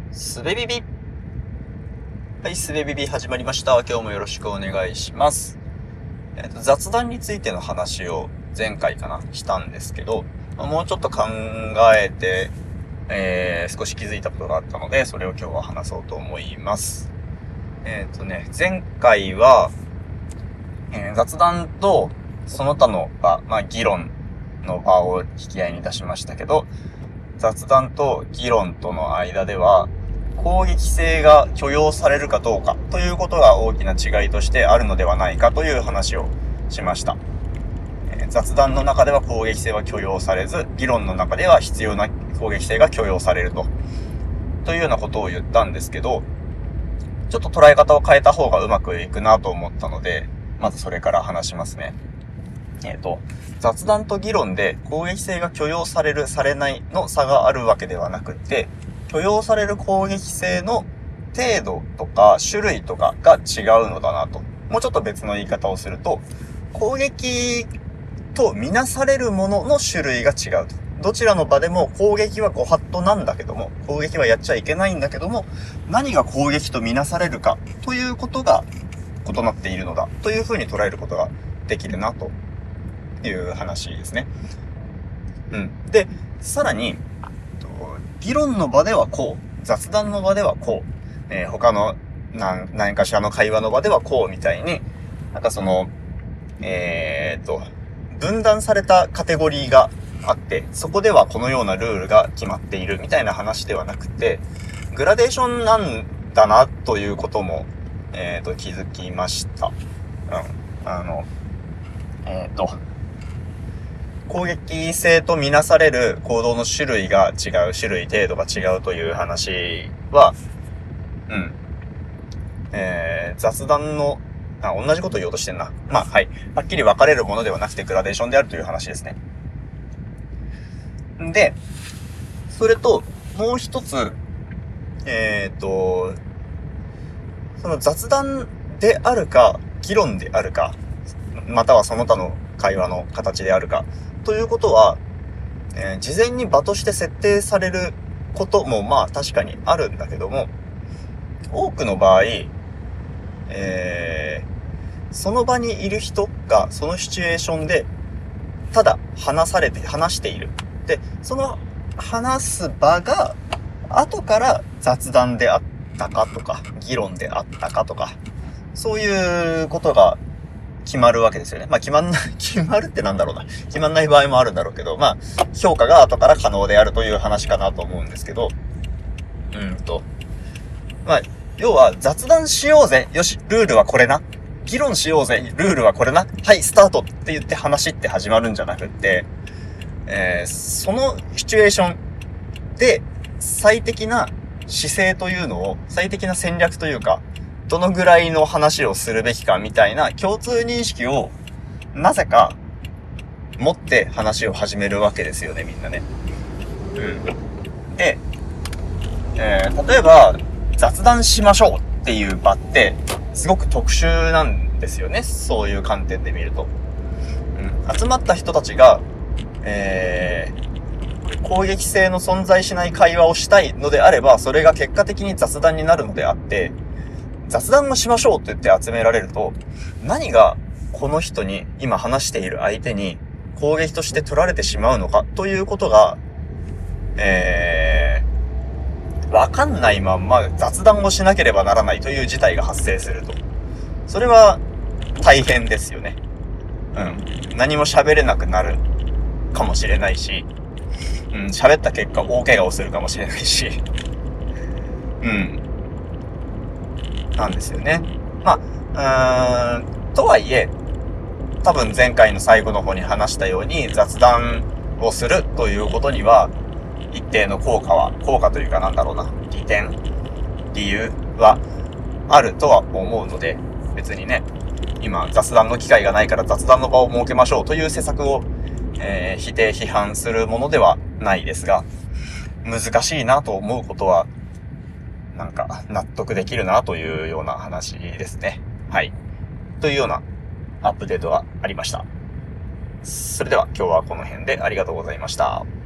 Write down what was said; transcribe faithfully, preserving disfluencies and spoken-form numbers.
すべビビはい、すべビビ始まりました。今日もよろしくお願いします。えっと、雑談についての話を前回かな、したんですけど、もうちょっと考えて、えー、少し気づいたことがあったので、それを今日は話そうと思います。えっとね、前回は、えー、雑談とその他の場、まあ議論の場を引き合いに出しましたけど、雑談と議論との間では、攻撃性が許容されるかどうかということが大きな違いとしてあるのではないかという話をしました。えー、雑談の中では攻撃性は許容されず、議論の中では必要な攻撃性が許容されると。というようなことを言ったんですけど、ちょっと捉え方を変えた方がうまくいくなと思ったので、まずそれから話しますね。えっと、雑談と議論で攻撃性が許容される、されないの差があるわけではなくて、許容される攻撃性の程度とか種類とかが違うのだなと。もうちょっと別の言い方をすると、攻撃とみなされるものの種類が違うと。どちらの場でも攻撃はご法度なんだけども、攻撃はやっちゃいけないんだけども、何が攻撃とみなされるかということが異なっているのだというふうに捉えることができるなという話ですね。うん。で、さらに、議論の場ではこう、雑談の場ではこう、えー、他の何、何かしらの会話の場ではこうみたいに、なんかその、えーっと、分断されたカテゴリーがあって、そこではこのようなルールが決まっているみたいな話ではなくて、グラデーションなんだなということも、えーっと、気づきました。うん。あの、えーっと、攻撃性とみなされる行動の種類が違う、種類程度が違うという話は、うん。えー、雑談の、あ、同じこと言おうとしてんな。まあ、はい。はっきり分かれるものではなくてグラデーションであるという話ですね。で、それと、もう一つ、えーと、その雑談であるか、議論であるか、またはその他の会話の形であるか、ということは、えー、事前に場として設定されることもまあ確かにあるんだけども、多くの場合、えー、その場にいる人がそのシチュエーションでただ話されて、話している。で、その話す場が後から雑談であったかとか、議論であったかとか、そういうことが決まるわけですよね。まあ決まんない、決まるってなんだろうな。決まんない場合もあるんだろうけど、まあ評価が後から可能であるという話かなと思うんですけど、うんと、まあ、要は雑談しようぜ。よし、ルールはこれな。議論しようぜ。ルールはこれな。はい、スタートって言って話って始まるんじゃなくって、えー、そのシチュエーションで最適な姿勢というのを、最適な戦略というか、どのぐらいの話をするべきかみたいな共通認識をなぜか持って話を始めるわけですよね、みんなね。うん。で、えー、例えば雑談しましょうっていう場ってすごく特殊なんですよね、そういう観点で見ると。うん、集まった人たちが、えー、攻撃性の存在しない会話をしたいのであれば、それが結果的に雑談になるのであって、雑談をしましょうって言って集められると、何がこの人に今話している相手に攻撃として取られてしまうのかということが、えー、わかんないまんま雑談をしなければならないという事態が発生すると。それは大変ですよね。うん。何も喋れなくなるかもしれないし、うん、喋った結果大怪我をするかもしれないし、うん。なんですよね。まあ、うーん、とはいえ、多分前回の最後の方に話したように雑談をするということには、一定の効果は、効果というかなんだろうな、利点、理由はあるとは思うので、別にね、今雑談の機会がないから雑談の場を設けましょうという施策を、えー、否定批判するものではないですが、難しいなと思うことはなんか納得できるなというような話ですね。はい。というようなアップデートがありました。それでは今日はこの辺でありがとうございました。